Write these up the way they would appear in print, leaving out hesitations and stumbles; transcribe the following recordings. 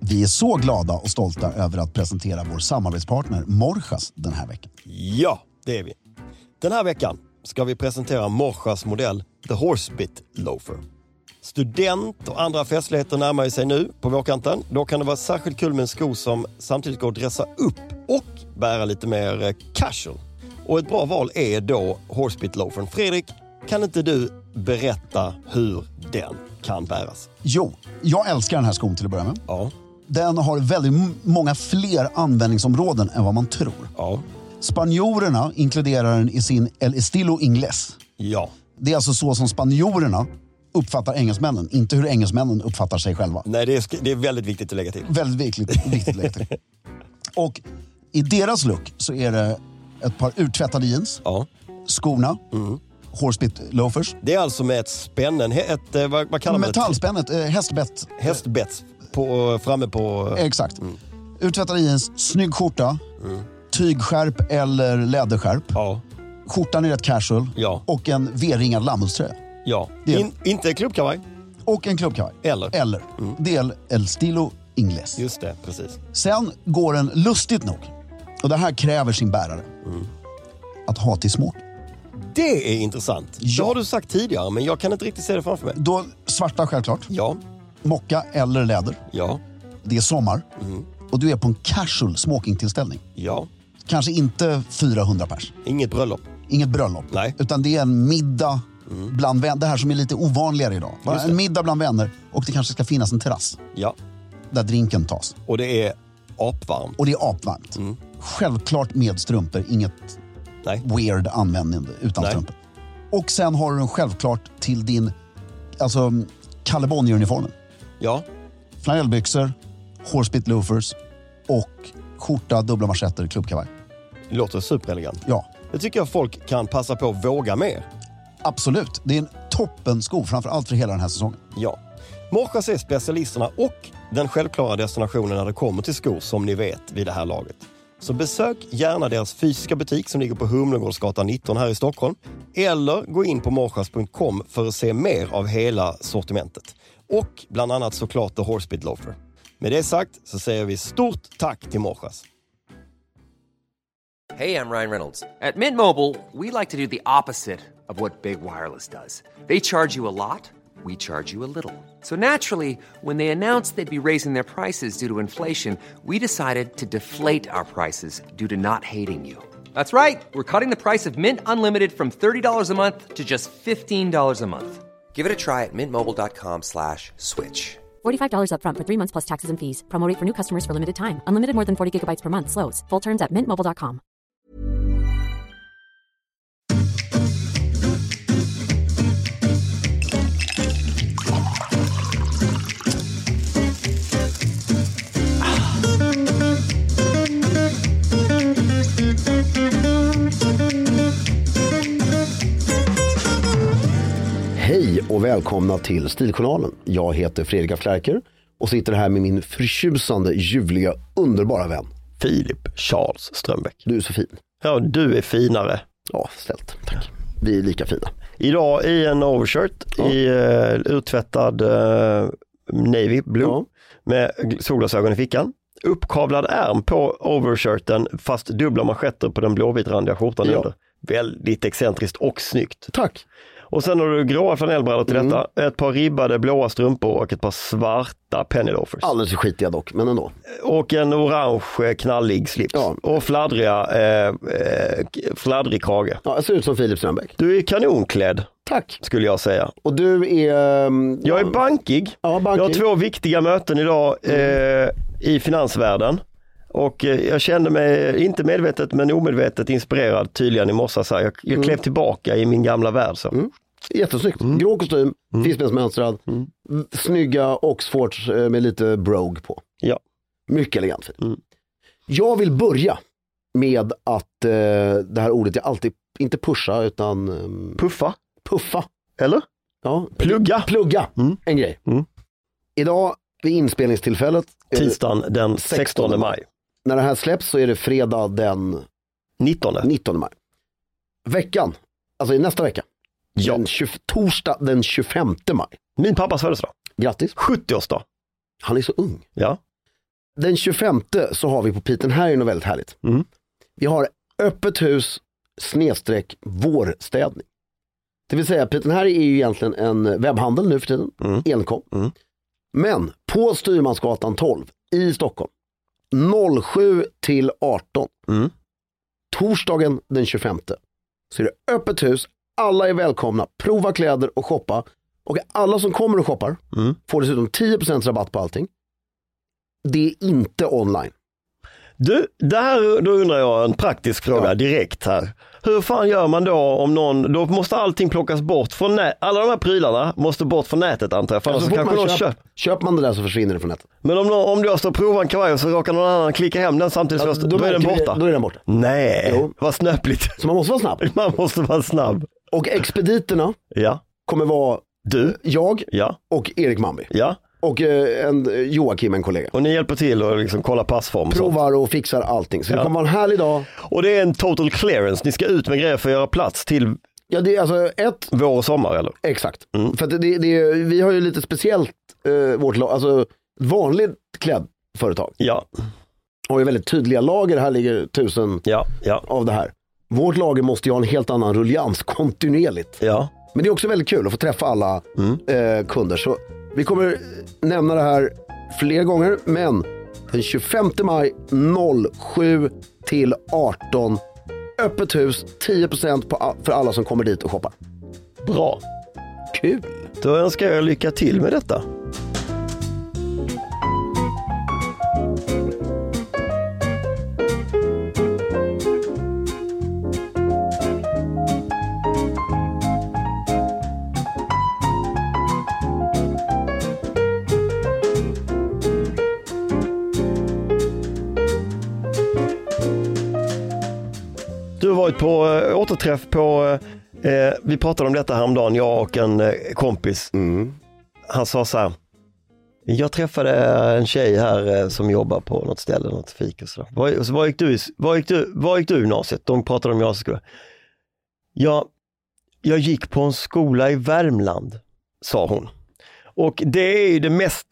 Vi är så glada och stolta över att presentera vår samarbetspartner Morjas den här veckan. Ja, det är vi. Den här veckan ska vi presentera Morjas modell The Horsebit Loafer. Student och andra festligheter närmar sig nu på vårkanten. Då kan det vara särskilt kul med en sko som samtidigt går att dressa upp och bära lite mer casual. Och ett bra val är då Horsebit Loafern. Fredrik, kan inte du berätta hur den kan bäras? Jo, jag älskar den här skon till att börja med. Ja. Den har väldigt många fler användningsområden än vad man tror. Ja. Spanjorerna inkluderar den i sin El Estilo Inglés. Ja. Det är alltså så som spanjorerna uppfattar engelsmännen, inte hur engelsmännen uppfattar sig själva. Nej, det är väldigt viktigt att lägga till. Väldigt viktigt att lägga till. Och i deras look så är det ett par uttvättade jeans, skorna, Horsebit loafers. Det är alltså med ett spännen, vad kallar man det? Metallspännet, hästbett. Hästbett framme på... Exakt. Uttvättade jeans, snygg skjorta, tygskärp eller läderskärp. Ja. Skjortan är rätt casual och en V-ringad lammullströja. Ja, inte klubbkavaj. Och en klubbkavaj. Eller. Det är El Estilo Inglés. Just det, precis. Sen går den lustigt nog, och det här kräver sin bärare, att ha till smoking. Det är intressant. Det har du sagt tidigare, men jag kan inte riktigt se det framför mig. Då svarta självklart. Ja. Mocka eller läder. Ja. Det är sommar. Och du är på en casual smokingtillställning. Ja. Kanske inte 400 pers. Inget bröllop. Inget bröllop. Nej. Utan det är en middag bland vänner. Det här som är lite ovanligare idag. Bara en middag bland vänner. Och det kanske ska finnas en terrass. Ja. Där drinken tas. Och det är apvarmt. Och det är apvarmt. Självklart med strumpor. Inget weird användning utan strumpor. Och sen har du den självklart till din Kalle Bonnier-uniformen. Ja. Flanellbyxor, Horsebit loafers och skjorta, dubbla manschetter, klubbkavaj. Det låter superelegant. Ja. Det tycker jag folk kan passa på att våga mer. Absolut. Det är en toppen sko, framförallt för hela den här säsongen. Ja. Morjas är specialisterna och den självklara destinationen när det kommer till skor, som ni vet vid det här laget. Så besök gärna deras fysiska butik som ligger på Humlegårdsgatan 19 här i Stockholm. Eller gå in på morjas.com för att se mer av hela sortimentet. Och bland annat såklart The Horsebit Loafer. Med det sagt så säger vi stort tack till Morjas. Hey, I'm Ryan Reynolds. At Mint Mobile, we like to do the opposite of what Big Wireless does. They charge you a lot, we charge you a little. So naturally, when they announced they'd be raising their prices due to inflation, we decided to deflate our prices due to not hating you. That's right. We're cutting the price of Mint Unlimited from $30 a month to just $15 a month. Give it a try at mintmobile.com/switch. $45 up front for 3 months plus taxes and fees. Promo rate for new customers for limited time. Unlimited more than 40 gigabytes per month. Slows full terms at mintmobile.com. Hej och välkomna till Stiljournalen. Jag heter Fredrik af Klerker och sitter här med min förtjusande, ljuvliga, underbara vän Filip Charles Strömbäck. Du är så fin. Ja, du är finare. Ja, ställt. Tack. Vi är lika fina. Idag i en overshirt i uttvättad navy blue med solglasögon i fickan. Uppkavlad ärm på overshirten fast dubbla manschetter på den blåvitrandiga skjortan under. Väldigt excentriskt och snyggt. Tack. Och sen har du gråa flanellbrallor till detta, ett par ribbade blåa strumpor och ett par svarta penny loafers. Alldeles för skitiga dock, men ändå. Och en orange knallig slips. Ja. Och fladdrig krage. Ja, jag ser ut som Filip Strömbäck. Du är kanonklädd. Tack. Skulle jag säga. Och du är... jag är bankig. Ja, bankig. Jag har 2 viktiga möten idag i finansvärlden. Och jag kände mig, inte medvetet men omedvetet inspirerad tydligen i morse. Så jag klev tillbaka i min gamla värld. Så. Jättesnyggt. Grå kostym, fiskbensmönstrad, snygga Oxfords med lite brogue på. Ja. Mycket elegant. Jag vill börja med att det här ordet jag alltid, inte pusha utan... Puffa. Eller? Ja. Plugga. En grej. Idag vid inspelningstillfället... Tisdagen den 16 maj. När det här släpps så är det fredag den 19 maj. Veckan, alltså i nästa vecka. Ja. Torsdag den 25 maj. Min pappas födelsedag. Grattis. 70-årsdag. Han är så ung. Ja. Den 25 så har vi på Piten här något väldigt härligt. Vi har öppet hus / vårstädning. Det vill säga Piten här är ju egentligen en webbhandel nu för tiden. Enkom. Men på Styrmansgatan 12 i Stockholm 07 till 18. Torsdagen den 25. Så är det öppet hus. Alla är välkomna. Prova kläder och shoppa. Och alla som kommer och shoppar får dessutom 10% rabatt på allting. Det är inte online. Du, då undrar jag en praktisk fråga direkt här. Hur fan gör man då om någon, då måste allting plockas bort från alla de här prylarna måste bort från nätet antar jag. För alltså, köper man det där så försvinner det från nätet. Men om du står och provar en kavaj och så råkar någon annan klicka hem den samtidigt så då är den borta. Då är den borta. Nej, vad snöpligt. Så man måste vara snabb. Man måste vara snabb. Och expediterna kommer vara jag och Erik Mambi. Ja. Och Joakim, en kollega. Och ni hjälper till och liksom kolla passform. Provar och fixar allting. Så det kommer vara en härlig dag. Och det är en total clearance. Ni ska ut med grejer för att göra plats till det är alltså vår och sommar eller? Exakt. För att vi har ju lite speciellt vårt alltså vanligt klädföretag. Ja. Och är väldigt tydliga lager. Här ligger 1000 av det här. Vårt lager måste ju ha en helt annan ruljans kontinuerligt. Ja. Men det är också väldigt kul att få träffa alla kunder. Så vi kommer nämna det här fler gånger, men den 25 maj 07 till 18 öppet hus, 10% för alla som kommer dit och shoppar. Bra. Kul. Då önskar jag lycka till med detta. Du har varit på återträff på, vi pratade om detta häromdagen, jag och en kompis. Han sa så här, jag träffade en tjej här som jobbar på något ställe, något fik och sådär. Var gick du gymnasiet? De pratade om gymnasieskola. Jag gick på en skola i Värmland, sa hon. Och det är ju det mest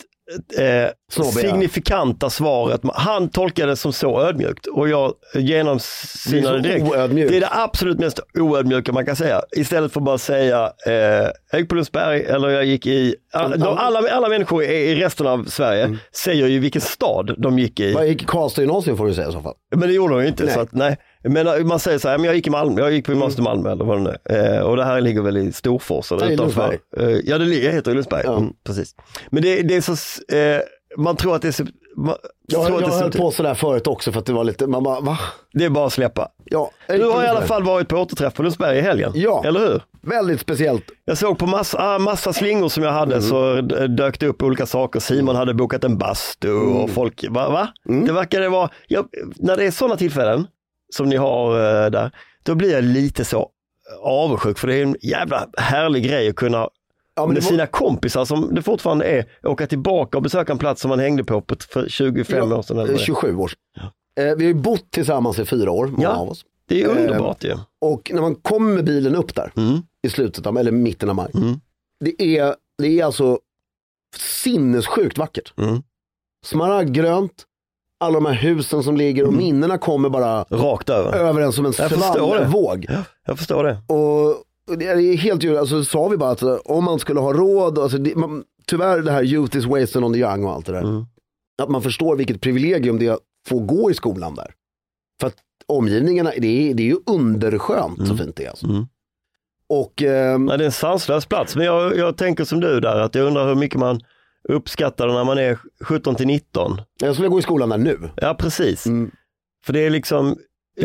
signifikanta svaret. Han tolkade det som så ödmjukt och jag genomsinade direkt. Det är det absolut mest oödmjuka man kan säga. Istället för bara säga jag gick på Lundsberg eller jag gick i alla människor i resten av Sverige säger ju vilken stad de gick i. Jag gick i Karlstad gymnasium får du säga i så fall. Men det gjorde de ju inte. Så att, nej. Men man säger så här, men jag gick i Malmö, jag gick på gymnasiet i Malmö eller vad det är. Och det här ligger väl i Storfors eller utanför. Ja, det heter i Lundsberg. Precis. Men det är så man tror att det är så jag höll på sådär förut också för att det var lite, man bara, va? Det är bara att släppa. Ja, du har i alla fall varit på återträff på Lundsberg i helgen. Ja, eller hur? Väldigt speciellt. Jag såg på massa slingor som jag hade så dök det upp olika saker. Simon hade bokat en bastu och folk, va? Det verkade vara, när det är sådana tillfällen som ni har där, då blir jag lite så avundsjuk för det är en jävla härlig grej att kunna med sina kompisar som det fortfarande är åka tillbaka och besöka en plats som man hängde på för 25 år sedan. Eller 27 år. Vi har ju bott tillsammans i 4 år, många av oss. Det är underbart ju. Och när man kommer med bilen upp där i slutet av, eller mitten av maj, det är alltså sinnessjukt vackert. Smaragdgrönt, alla de här husen som ligger och minnena kommer bara rakt över en som en svalvåg. Jag förstår det. Och det är helt ju, alltså sa vi bara att om man skulle ha råd, alltså tyvärr det här youth is wasted on the young och allt det där. Att man förstår vilket privilegium det är att få gå i skolan där. För att omgivningarna, det är ju underskönt så fint det är alltså. Och, nej, det är en sanslös plats, men jag tänker som du där, att jag undrar hur mycket man uppskattar när man är 17-19. Jag skulle gå i skolan där nu. Ja, precis. För det är liksom,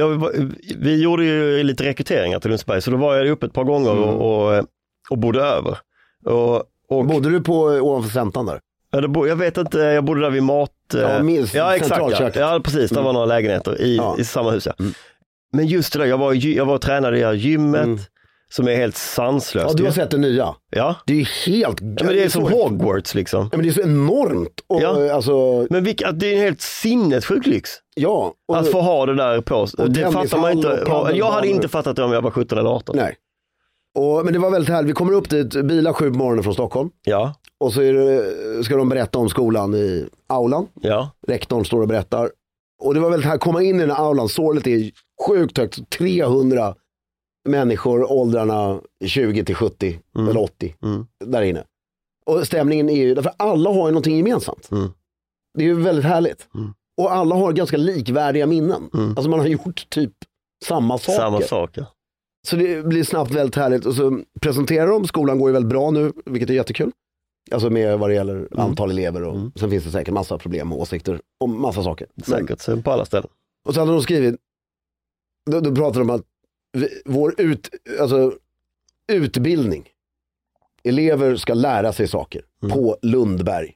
vi gjorde ju lite rekryteringar till Lundsberg, så då var jag uppe ett par gånger och bodde över. Och bodde du på ovanför Centan där? Jag vet inte, jag bodde där vid mat... Ja, exakt. Ja, precis. Det var några lägenheter i samma hus. Men just det där, jag var tränare i det här gymmet som är helt sanslöst. Ja, du har sett det nya. Ja. Det är helt... Men det är som Hogwarts liksom. Ja, men det är så enormt. Och, alltså... Men det är en helt sinnessjuk lyx. Ja. Och, att få ha det där på. Det fattar man inte. Jag hade inte fattat det om jag var 17 eller 18. Nej. Men det var väldigt härligt. Vi kommer upp dit, bilar 7 på morgonen från Stockholm. Ja. Och så ska de berätta om skolan i aulan. Ja. Rektorn står och berättar. Och det var väldigt härligt att komma in i den här aulan. Sålet är sjukt högt. 300 människor, åldrarna 20 till 70 eller 80 där inne. Och stämningen är ju, därför alla har ju någonting gemensamt. Det är ju väldigt härligt. Och alla har ganska likvärdiga minnen. Alltså man har gjort typ samma saker. Samma saker. Så det blir snabbt väldigt härligt. Och så presenterar de, skolan går ju väldigt bra nu, vilket är jättekul. Alltså med vad det gäller antal elever och sen finns det säkert massa problem och åsikter om massa saker. Säkert, sen på alla ställen. Och så hade de skrivit, då pratar de om att vår utbildning, elever ska lära sig saker på Lundberg.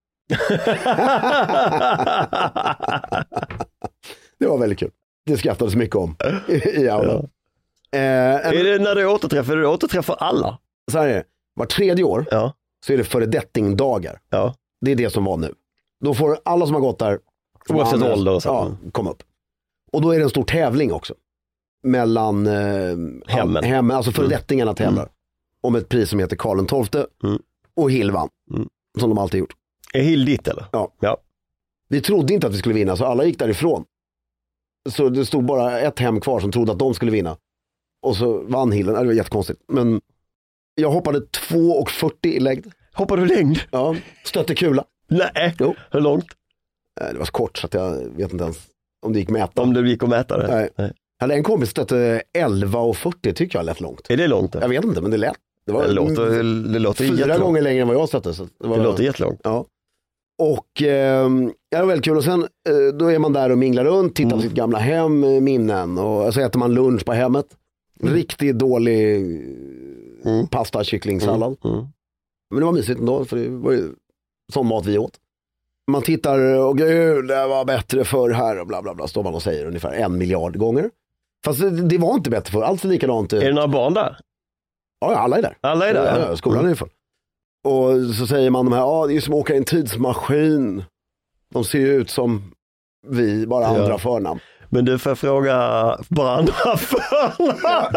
Det var väldigt kul. Det skrattades mycket om i aulan. Är det när du återträffar alla? Så här är det. Var 3:e år så är det föredettingdagar. Ja. Det är det som var nu. Då får alla som har gått där oavsett ålder och så. Komma upp. Och då är det en stor tävling också. Mellan hemmen, alltså föredettingarna tävlar. Om ett pris som heter Karl XII och Hill vann. Som de alltid gjort. Är Hill ditt eller? Ja. Vi trodde inte att vi skulle vinna så alla gick därifrån. Så det stod bara ett hem kvar som trodde att de skulle vinna. Och så vann Hillen, det var jättekonstigt. Men jag hoppade 2,40 i längd. Hoppade du längd? Ja, stötte kula. Nej, hur långt? Det var så kort så att jag vet inte ens om det gick mäta. Om det gick att mäta det? Nej. Jag hade en kompis stötte 11,40 tycker jag lät långt. Är det långt? Jag vet inte, men det lät. Det låter 4 gånger längre än vad jag stötte. Så det låter jättelångt. Ja. Och det var väldigt kul. Och sen då är man där och minglar runt, tittar på sitt gamla hem, minnen. Och så äter man lunch på hemmet. Riktigt dålig pasta, kycklingsallad. Men det var mysigt ändå, för det var ju sån mat vi åt. Man tittar och gud, det var bättre förr här och bla bla bla, står man och säger ungefär 1 miljard gånger. Fast det var inte bättre förr, allt är likadant. Är det några barn där? Ja, alla är där. Alla är där? Ja, skolan är full. Och så säger man de här, det är som att åka i en tidsmaskin. De ser ju ut som vi, bara andra förnamn. Men du får fråga bara andra förnamn.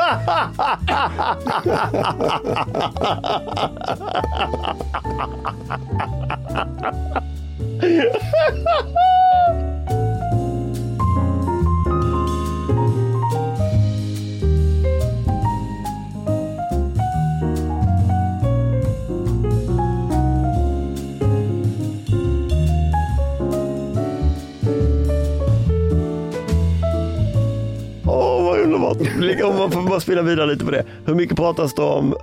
Om man får bara spela vidare lite på det. Hur mycket pratas det om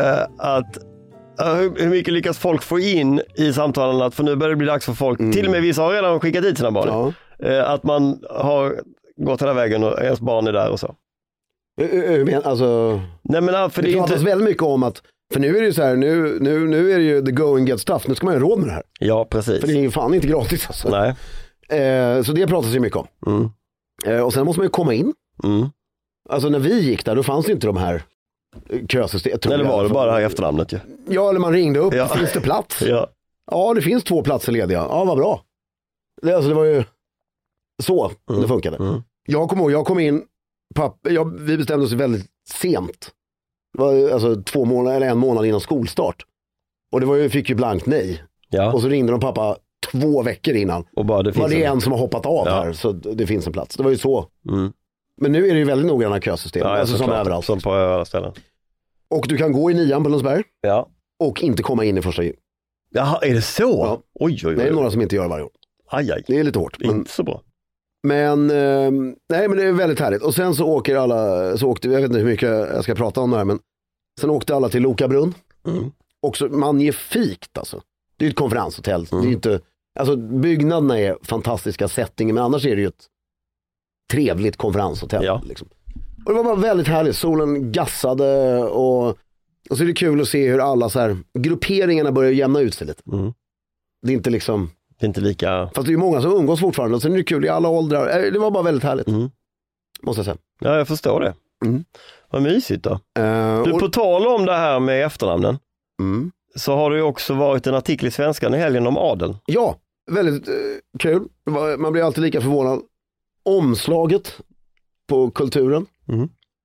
hur mycket lyckas folk få in i samtalen att för nu börjar det bli dags för folk, till och med vissa har redan skickat dit sina barn. Att man har gått hela vägen och ens barn är där och så. Alltså, nej, men för det pratas väldigt mycket om att, för nu är det ju så här, nu är det ju the going get stuff, nu ska man ju råd med det här. Ja, precis. För det är ju fan inte gratis alltså. Nej. Så det pratas ju mycket om. Och sen måste man ju komma in. Alltså när vi gick där, då fanns inte de här kösystemet. Eller var det bara efternamnet ju? Ja, eller man ringde upp, finns det plats? Ja, det finns 2 platser lediga. Ja, vad bra. Det var ju så det funkade. Jag kom in, vi bestämde oss väldigt sent. Det var alltså 2 månader eller 1 månad innan skolstart. Och fick ju blankt nej. Och så ringde de pappa 2 veckor innan. Och bara, det är en som har hoppat av här, så det finns en plats. Det var ju så. Men nu är det ju väldigt noggranna kösystem. Alltså som överallt. Som på alla ställen. Och du kan gå i 9:an på Lundsberg. Och inte komma in i första jul. Jaha, är det så? Ja. Oj. Det är några som inte gör varje år. Aj. Det är lite hårt. Inte så bra. Men nej, men det är väldigt härligt. Och sen så åker alla, jag vet inte hur mycket jag ska prata om det här, men sen åkte alla till Lokabrunn. Och så magnifikt alltså. Det är ett konferenshotell. Det är inte, alltså byggnaderna är fantastiska, settingen, men annars är det ju ett trevligt konferenshotell. Liksom. Och det var bara väldigt härligt. Solen gassade och så är det kul att se hur alla så här grupperingarna börjar jämna ut sig lite. Det är inte liksom, det är inte lika. Fast det är ju många som umgås fortfarande, och sen är det kul i alla åldrar. Det var bara väldigt härligt. Måste jag säga. Ja, jag förstår det. Vad mysigt då. Du, på tal om det här med efternamnen, så har det ju också varit en artikel i Svenskan i helgen om adel. Ja, väldigt kul. Man blir alltid lika förvånad. Omslaget på Kulturen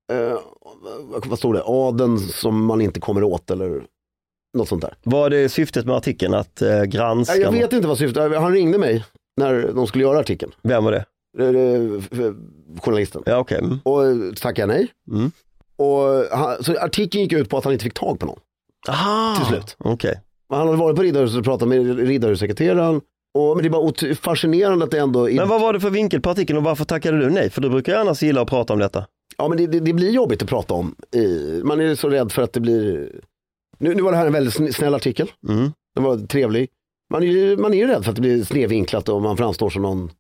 vad står det? Adeln som man inte kommer åt eller något sånt där. Vad är det syftet med artikeln? Att granska? Jag vet inte vad syftet. Han ringde mig när de skulle göra artikeln. Vem var det? Journalisten. Ja, okej. Och tackade nej. Och så artikeln gick ut på att han inte fick tag på någon. Aha, till slut. Okej. Han hade varit på Riddarhuset och pratat med Riddarhussekreteraren. Men det är bara fascinerande att det ändå... Men vad var det för vinkel på artikeln och varför tackade du nej? För du brukar gärna gilla att prata om detta. Ja, men det blir jobbigt att prata om. Man är så rädd för att det blir... Nu var det här en väldigt snäll artikel. Den var trevlig. Man är ju rädd för att det blir snedvinklat och man framstår som någon...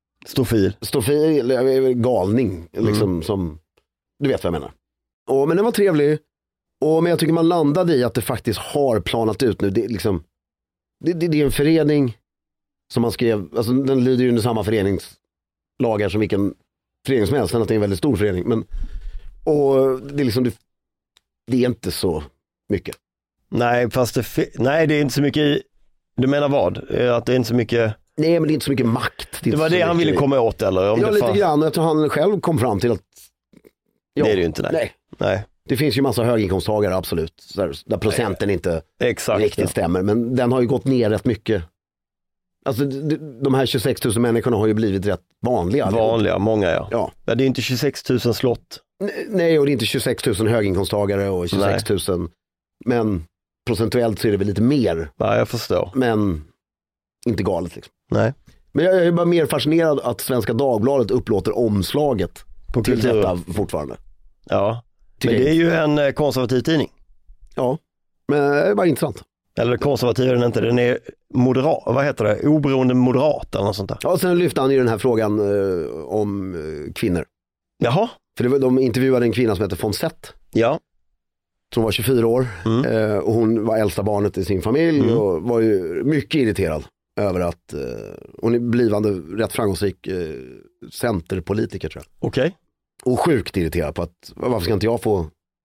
Storfil, galning. Liksom, som... Du vet vad jag menar. Men den var trevlig. Men jag tycker man landade i att det faktiskt har planat ut nu. Det är liksom... Det är en förening som man skrev, alltså den lyder ju under samma föreningslagar som vilken förening som helst, att det är en väldigt stor förening, men och det är liksom det är inte så mycket. Nej, fast det är inte så mycket. Du menar vad? Att det är inte så mycket. Nej, men det är inte så mycket makt. Det var det han ville komma åt, eller? Ja, lite grann. Jag tror han själv kom fram till att det är det ju inte. Nej. Det finns ju massa höginkomsttagare, absolut. Där procenten inte riktigt stämmer. Men den har ju gått ner rätt mycket. Alltså de här 26 000 människorna har ju blivit rätt vanliga. Många ja. Det är inte 26 000 slott. Nej, och det är inte 26 000 höginkomsttagare och 26 000. Men procentuellt så är det väl lite mer. Ja, jag förstår. Men inte galet liksom. Nej. Men jag är bara mer fascinerad att Svenska Dagbladet upplåter omslaget på till detta fortfarande. Ja, men det är ju en konservativ tidning. Ja, men det är bara intressant. Eller konservativ är den inte, den är moderat, vad heter det? Oberoende moderat eller något sånt där. Ja, sen lyfte han ju den här frågan om kvinnor. Jaha. För de intervjuade en kvinna som heter Fonsette. Ja. Som var 24 år och hon var äldsta barnet i sin familj och var ju mycket irriterad över att hon är blivande rätt framgångsrik centerpolitiker, tror jag. Okej. Och sjukt irriterad på att varför ska inte jag få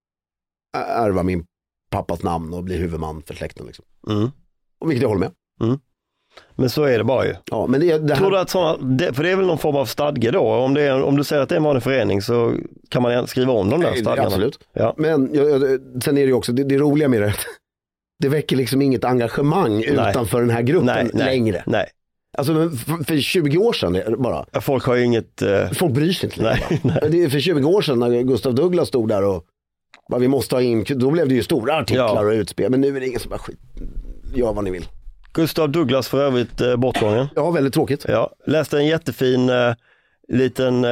ärva min pappas namn och bli huvudman för släkten liksom. Och vilket jag håller med. Men så är det bara ju. Ja, men det här... Tror du att för det är väl någon form av stadge då? Om du säger att det är en vanlig förening så kan man skriva om de där stadgarna. Absolut. Ja. Men sen är det ju också, det roliga med det, det väcker liksom inget engagemang utanför den här gruppen längre. Nej. Alltså för 20 år sedan bara. Folk har ju inget... Folk bryr sig inte längre. Det är för 20 år sedan när Gustav Douglas stod där och bara, vi måste ha in, då blev det ju stora artiklar och utspel. Men nu är det ingen som bara gör vad ni vill. Gustav Douglas för övrigt bortgången. Ja, väldigt tråkigt. Ja, läste en jättefin liten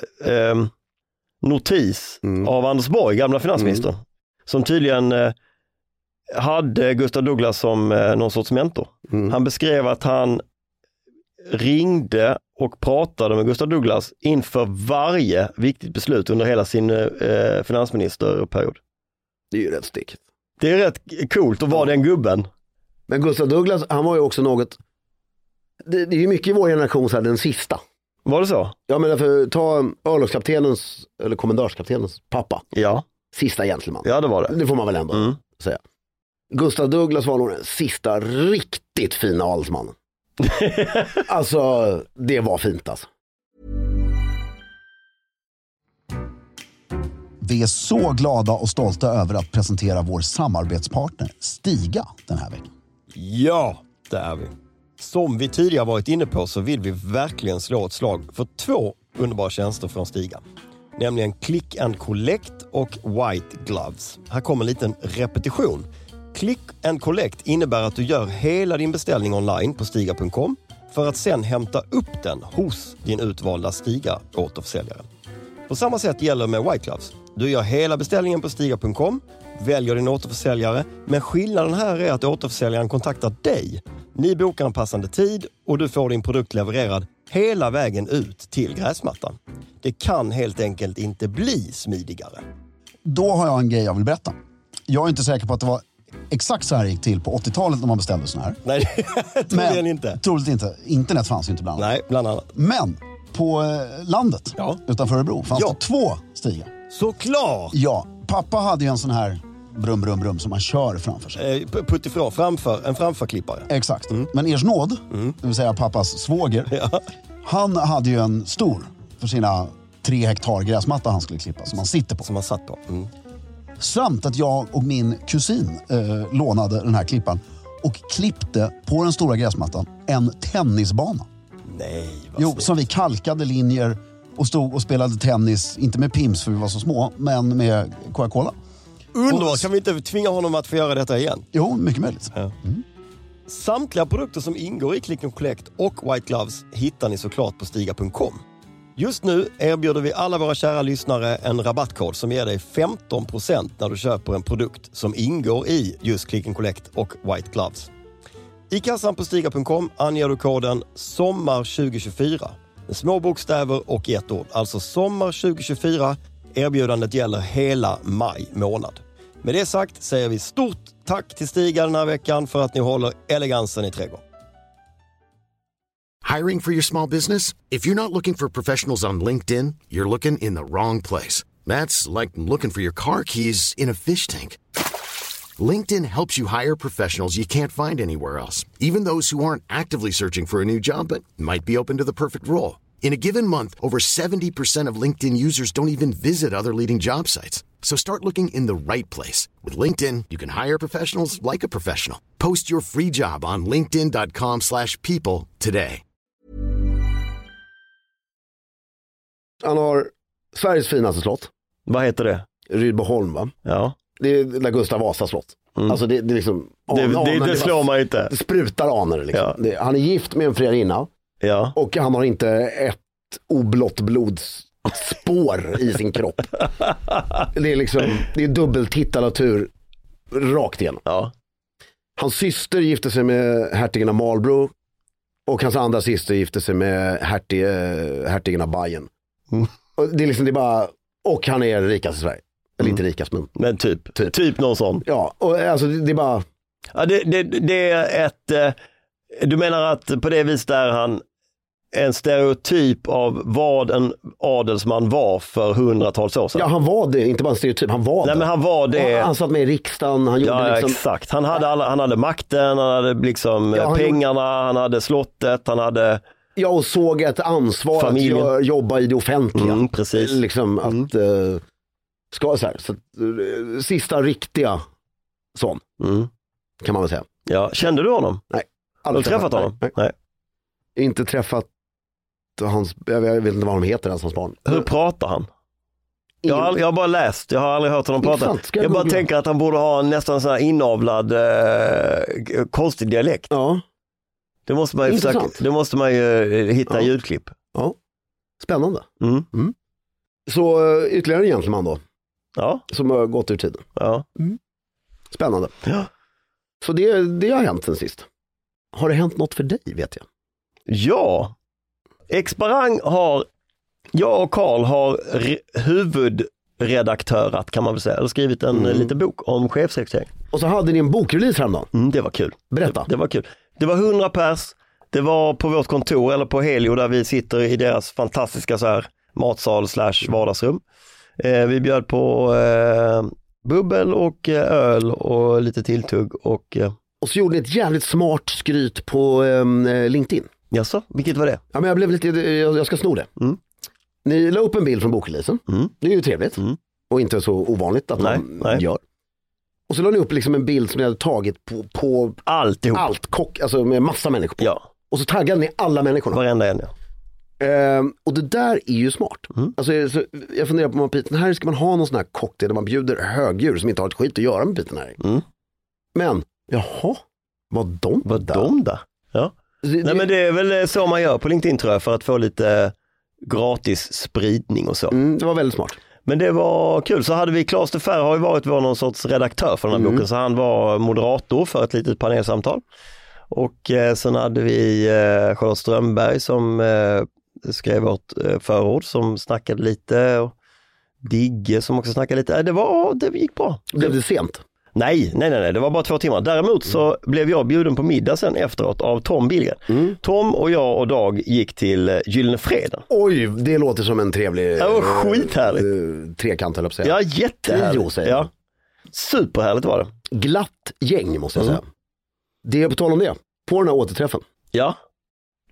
notis av Anders Borg, gamla finansminister. Som tydligen hade Gustav Douglas som någon sorts mentor. Han beskrev att han ringde och pratade med Gustav Douglas inför varje viktigt beslut under hela sin finansministerperiod. Det är ju rätt stickigt. Det är rätt coolt att vara den gubben. Men Gustav Douglas, han var ju också något... Det är ju mycket i vår generation så här, den sista. Var det så? Ja, men för ta örlogskaptenens eller kommendörskaptenens pappa. Ja. Sista gentleman. Ja, det var det. Det får man väl ändå säga. Gustav Douglas var nog den sista riktigt fina adelsmannen. Alltså, det var fint alltså. Vi är så glada och stolta över att presentera vår samarbetspartner Stiga den här veckan. Ja, det är vi. Som vi tidigare varit inne på så vill vi verkligen slå ett slag för 2 underbara tjänster från Stiga. Nämligen Click and Collect och White Gloves. Här kommer en liten repetition. Click and Collect innebär att du gör hela din beställning online på stiga.com för att sen hämta upp den hos din utvalda Stiga-återförsäljare. På samma sätt gäller med White Gloves. Du gör hela beställningen på stiga.com, väljer din återförsäljare, men skillnaden här är att återförsäljaren kontaktar dig. Ni bokar en passande tid och du får din produkt levererad hela vägen ut till gräsmattan. Det kan helt enkelt inte bli smidigare. Då har jag en grej jag vill berätta. Jag är inte säker på att det var exakt så här gick till på 80-talet när man beställde sån här. Nej, troligen inte. Troligt inte. Internet fanns ju inte bland annat. Nej, bland annat. Men på landet utanför Örebro fanns det 2 stigar. Såklart! Ja, pappa hade ju en sån här brum som man kör framför sig. Puttifrån, en framförklippare. Exakt. Men Ers nåd, det vill säga pappas svåger, han hade ju en stor för sina 3 hektar gräsmatta han skulle klippa som han sitter på. Som han satt på. Mm. Samt att jag och min kusin lånade den här klippan och klippte på den stora gräsmattan en tennisbana. Nej, vad som vi kalkade linjer och stod och spelade tennis, inte med Pims för vi var så små, men med Coca-Cola. Underbart, kan vi inte tvinga honom att få göra detta igen? Jo, mycket möjligt. Ja. Mm. Samtliga produkter som ingår i Click & Collect och White Gloves hittar ni såklart på Stiga.com. Just nu erbjuder vi alla våra kära lyssnare en rabattkod som ger dig 15% när du köper en produkt som ingår i just Click & Collect och White Gloves. I kassan på Stiga.com anger du koden SOMMAR2024 med små bokstäver och ett ord. Alltså SOMMAR2024. Erbjudandet gäller hela maj månad. Med det sagt säger vi stort tack till Stiga den här veckan för att ni håller elegansen i trädgården. Hiring for your small business? If you're not looking for professionals on LinkedIn, you're looking in the wrong place. That's like looking for your car keys in a fish tank. LinkedIn helps you hire professionals you can't find anywhere else, even those who aren't actively searching for a new job but might be open to the perfect role. In a given month, over 70% of LinkedIn users don't even visit other leading job sites. So start looking in the right place. With LinkedIn, you can hire professionals like a professional. Post your free job on linkedin.com/people today. Han har Sveriges finaste slott. Vad heter det? Rydboholm, va? Ja. Det är där Gustav Vasa slott. Alltså det är liksom... Det slår man inte. Det sprutar aner liksom. Ja. Han är gift med en friarinna. Ja. Och han har inte ett oblått blodsspår i sin kropp. Det är liksom, det är dubbeltitulatur rakt igenom. Ja. Hans syster gifte sig med hertigen av Marlborough. Och hans andra syster gifte sig med hertigen av Bayern. Mm. Och det är liksom, det är bara... Och han är rikast i Sverige. Eller inte rikast, men typ någon sån. Ja, och alltså det är bara... Ja, det är ett... Du menar att på det viset är han en stereotyp av vad en adelsman var för hundratals år sedan? Ja, han var det. Inte bara en stereotyp, han var det. Nej, men han var det. Han satt med i riksdagen. Han gjorde liksom... exakt. Han hade makten, han hade liksom pengarna, han hade slottet, han hade... Ja, och såg ett ansvar familjen. Att jobba i det offentliga. Precis. Liksom att... ska så här, så, sista riktiga sån. Kan man väl säga. Ja, kände du honom? Nej. Har du träffat honom? Nej. Inte träffat hans, jag vet inte vad de heter, hans barn. Hur pratar han? Jag har bara läst, jag har aldrig hört honom prata. Jag bara tänker att han borde ha en nästan sån här inavlad konstig dialekt. Ja. Det måste man ju försöka, det måste man ju hitta ljudklipp. Ja. Spännande. Så ytterligare en gentleman då. Ja. Som har gått ur tiden. Ja. Spännande. Ja. Så det har hänt sen sist. Har det hänt något för dig, vet jag? Ja. Exparang har, jag och Carl har huvudredaktörat, kan man väl säga. Eller skrivit en liten bok om chefsrekrytering. Och så hade ni en bokrelease häromdagen. Det var kul. Berätta. Det var kul. Det var 100 pers. Det var på vårt kontor, eller på Helio, där vi sitter i deras fantastiska så här matsal / vardagsrum. Vi bjöd på bubbel och öl och lite tilltugg. Och så gjorde ni ett jävligt smart skryt på LinkedIn. Jaså, vilket var det? Ja, men jag blev lite, jag ska sno det. Ni la upp en bild från bokreleasen. Det är ju trevligt. Och inte så ovanligt att man gör. Och så la ni upp liksom en bild som ni hade tagit på alltihop. Alltså med massa människor på. Ja. Och så taggade ni alla människorna. Varenda en, ja. Och det där är ju smart. Alltså, så jag funderar på om Piten här ska man ha någon sån här cocktail där man bjuder högdjur som inte har ett skit att göra med Piten här. Men, jaha, vad de där? Ja. Nej, men det är väl så man gör på LinkedIn, tror jag, för att få lite gratis spridning och så. Det var väldigt smart. Men det var kul. Så hade vi, Claes de Ferre har ju varit någon sorts redaktör för den här boken, så han var moderator för ett litet panelsamtal. Och sen hade vi Charlotte Strömberg som skrev vårt förord, som snackade lite, och Digge som också snackade lite. Det gick bra. Blev det sent? Nej, det var bara 2 timmar. Däremot så blev jag bjuden på middag sen efteråt av Tom Billgren. Tom och jag och Dag gick till Gyllene Freden. Oj, det låter som en trevlig... Det var skithärligt. Trekant, höll jag på att säga. Ja, jättehärligt. Ja. Superhärligt var det. Glatt gäng, måste jag säga. Det är på tal om det. På den här återträffen. Ja.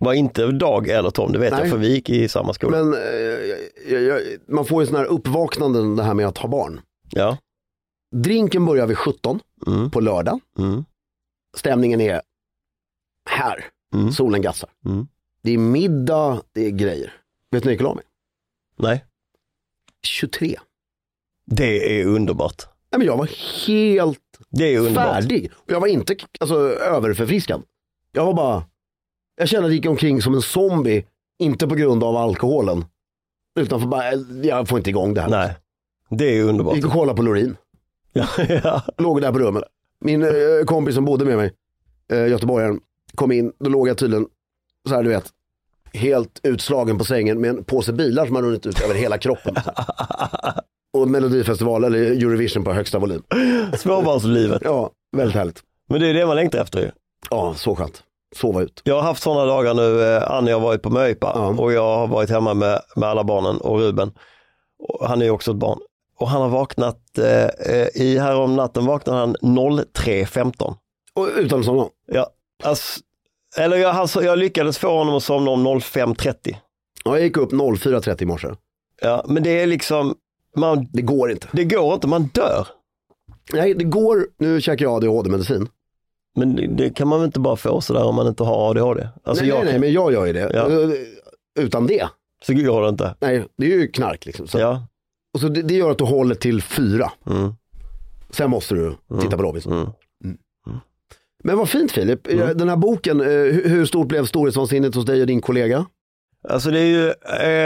Var inte Dag eller Tom, det vet jag, för vi gick i samma skola. Men man får ju sån här uppvaknanden det här med att ha barn. Ja. Drinken börjar vid 17 på lördag. Stämningen är här. Solen gassar. Det är middag, det är grejer. Vet ni vilka jag med? Nej. 23. Det är underbart. Nej, men jag var helt färdig. Och jag var inte överförfriskad. Jag var bara... Jag kände att jag gick omkring som en zombie. Inte på grund av alkoholen. Utan för bara... Jag får inte igång det här. Nej. Det är underbart. Jag gick och kollade på Loreen. Ja. Låg där på rummet. Min kompis som bodde med mig, göteborgaren, kom in. Då låg jag tydligen så här, du vet, helt utslagen på sängen med en påse bilar som har runnit ut över hela kroppen. Och Melodifestival eller Eurovision på högsta volym. Småbarnslivet. Ja, väldigt härligt. Men det är det man längtar efter ju. Ja, så skönt. Sova ut. Jag har haft sådana dagar nu. Annie har varit på Möjpa och jag har varit hemma med alla barnen och Ruben. Och han är ju också ett barn. Och han har vaknat, här om natten vaknade han 03.15. Och utan somna? Ja, alltså, jag lyckades få honom att somna om 05.30. Ja, jag gick upp 04.30 i morse. Ja, men det är liksom... Det går inte. Det går inte, man dör. Nej, det går. Nu käkar jag ADHD-medicin. Men det kan man väl inte bara få sådär om man inte har ADHD? Alltså nej, men jag gör ju det. Ja. Utan det. Så går det inte. Nej, det är ju knark liksom. Så. Ja. Och så det gör att du håller till 4. Sen måste du titta på Robinson. Men vad fint, Filip. Den här boken, hur stort blev storhetsvansinnet hos dig och din kollega? Alltså det är ju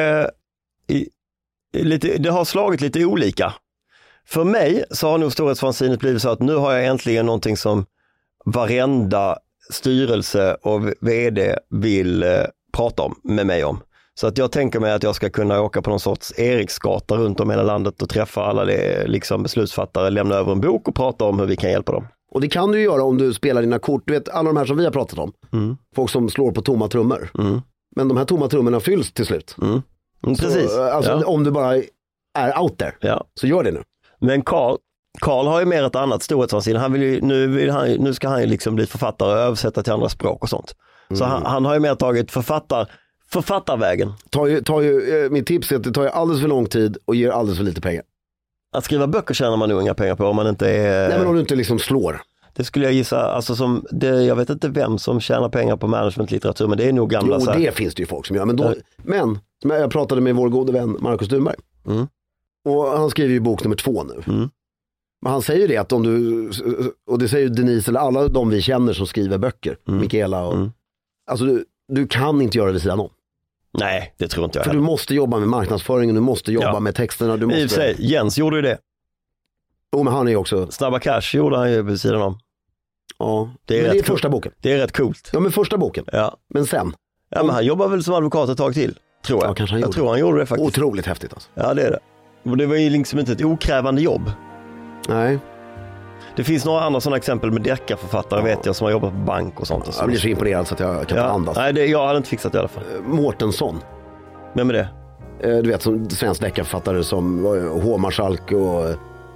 det har slagit lite olika. För mig så har nog storhetsvansinnet blivit så att nu har jag äntligen någonting som varenda styrelse och vd vill prata med mig om. Så att jag tänker mig att jag ska kunna åka på någon sorts Eriksgata runt om hela landet och träffa alla liksom beslutsfattare, lämna över en bok och prata om hur vi kan hjälpa dem. Och det kan du göra om du spelar dina kort. Du vet, alla de här som vi har pratat om. Folk som slår på tomma trummor. Men de här tomma trummorna fylls till slut. Precis. Så, alltså, om du bara är out there, så gör det nu. Men Carl har ju mer ett annat storhetsvansinne. Han vill ju, nu ska han ju liksom bli författare och översätta till andra språk och sånt. Så han har ju mer tagit författarvägen. Mitt tips är att det tar ju alldeles för lång tid och ger alldeles för lite pengar. Att skriva böcker tjänar man nog inga pengar på om man inte är... Nej, men om du inte liksom slår. Det skulle jag gissa, alltså jag vet inte vem som tjänar pengar på managementlitteratur, men det är nog gamla... Jo, det finns det ju folk som gör. Men jag pratade med vår gode vän Marcus Dunberg. Och han skriver ju bok nummer 2 nu. Men han säger det att om du, och det säger Denise eller alla de vi känner som skriver böcker, Mikaela och... Alltså du kan inte göra det sidan om. Nej, det tror inte jag. För du måste jobba med marknadsföringen, du måste jobba med texterna. Du måste... I och för sig, Jens gjorde ju det. Men han är också... Snabba Cash gjorde han ju på sidan om. Ja, det är första boken. Det är rätt coolt. Ja, men första boken. Ja. Men sen? Ja, men han jobbar väl som advokat ett tag till, tror jag. Ja, kanske jag tror han gjorde det faktiskt. Otroligt häftigt alltså. Ja, det är det. Och det var ju liksom inte ett okrävande jobb. Nej. Det finns några andra sådana exempel med deckarförfattare vet jag som har jobbat på bank och sånt. Och så. Jag blir så imponerad så att jag kan andas. Nej, jag hade inte fixat det i alla fall. Mårtensson. Vem är det? Du vet, som svensk deckarförfattare som var hovmarskalk och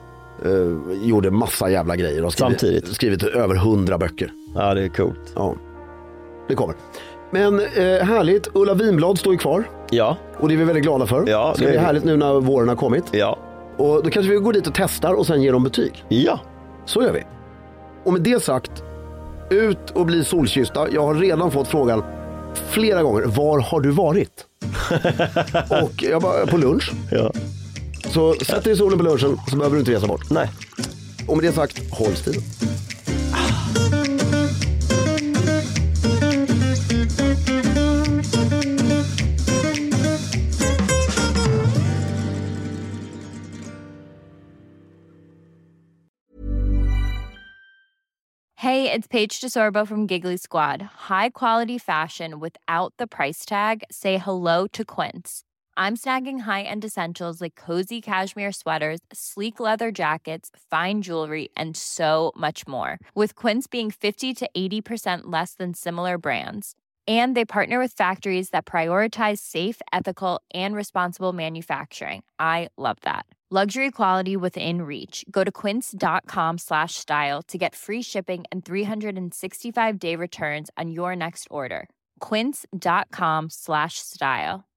gjorde massa jävla grejer. Och skrivit över 100 böcker. Ja, det är coolt. Ja, det kommer. Men härligt, Ulla Vinblad står ju kvar. Ja. Och det är vi väldigt glada för. Ja, det är härligt nu när våren har kommit. Ja. Och då kanske vi går dit och testar och sen ger dem betyg. Ja. Så gör vi. Och med det sagt, ut och bli solkyssta. Jag har redan fått frågan flera gånger, var har du varit? Och jag bara, på lunch. Ja. Så sätt dig i solen på lunchen så behöver du inte resa bort. Nej. Och med det sagt, håll stilen. Hey, it's Paige DeSorbo from Giggly Squad. High quality fashion without the price tag. Say hello to Quince. I'm snagging high-end essentials like cozy cashmere sweaters, sleek leather jackets, fine jewelry, and so much more. With Quince being 50 to 80% less than similar brands. And they partner with factories that prioritize safe, ethical, and responsible manufacturing. I love that. Luxury quality within reach. Go to quince.com/style to get free shipping and 365-day returns on your next order. quince.com/style.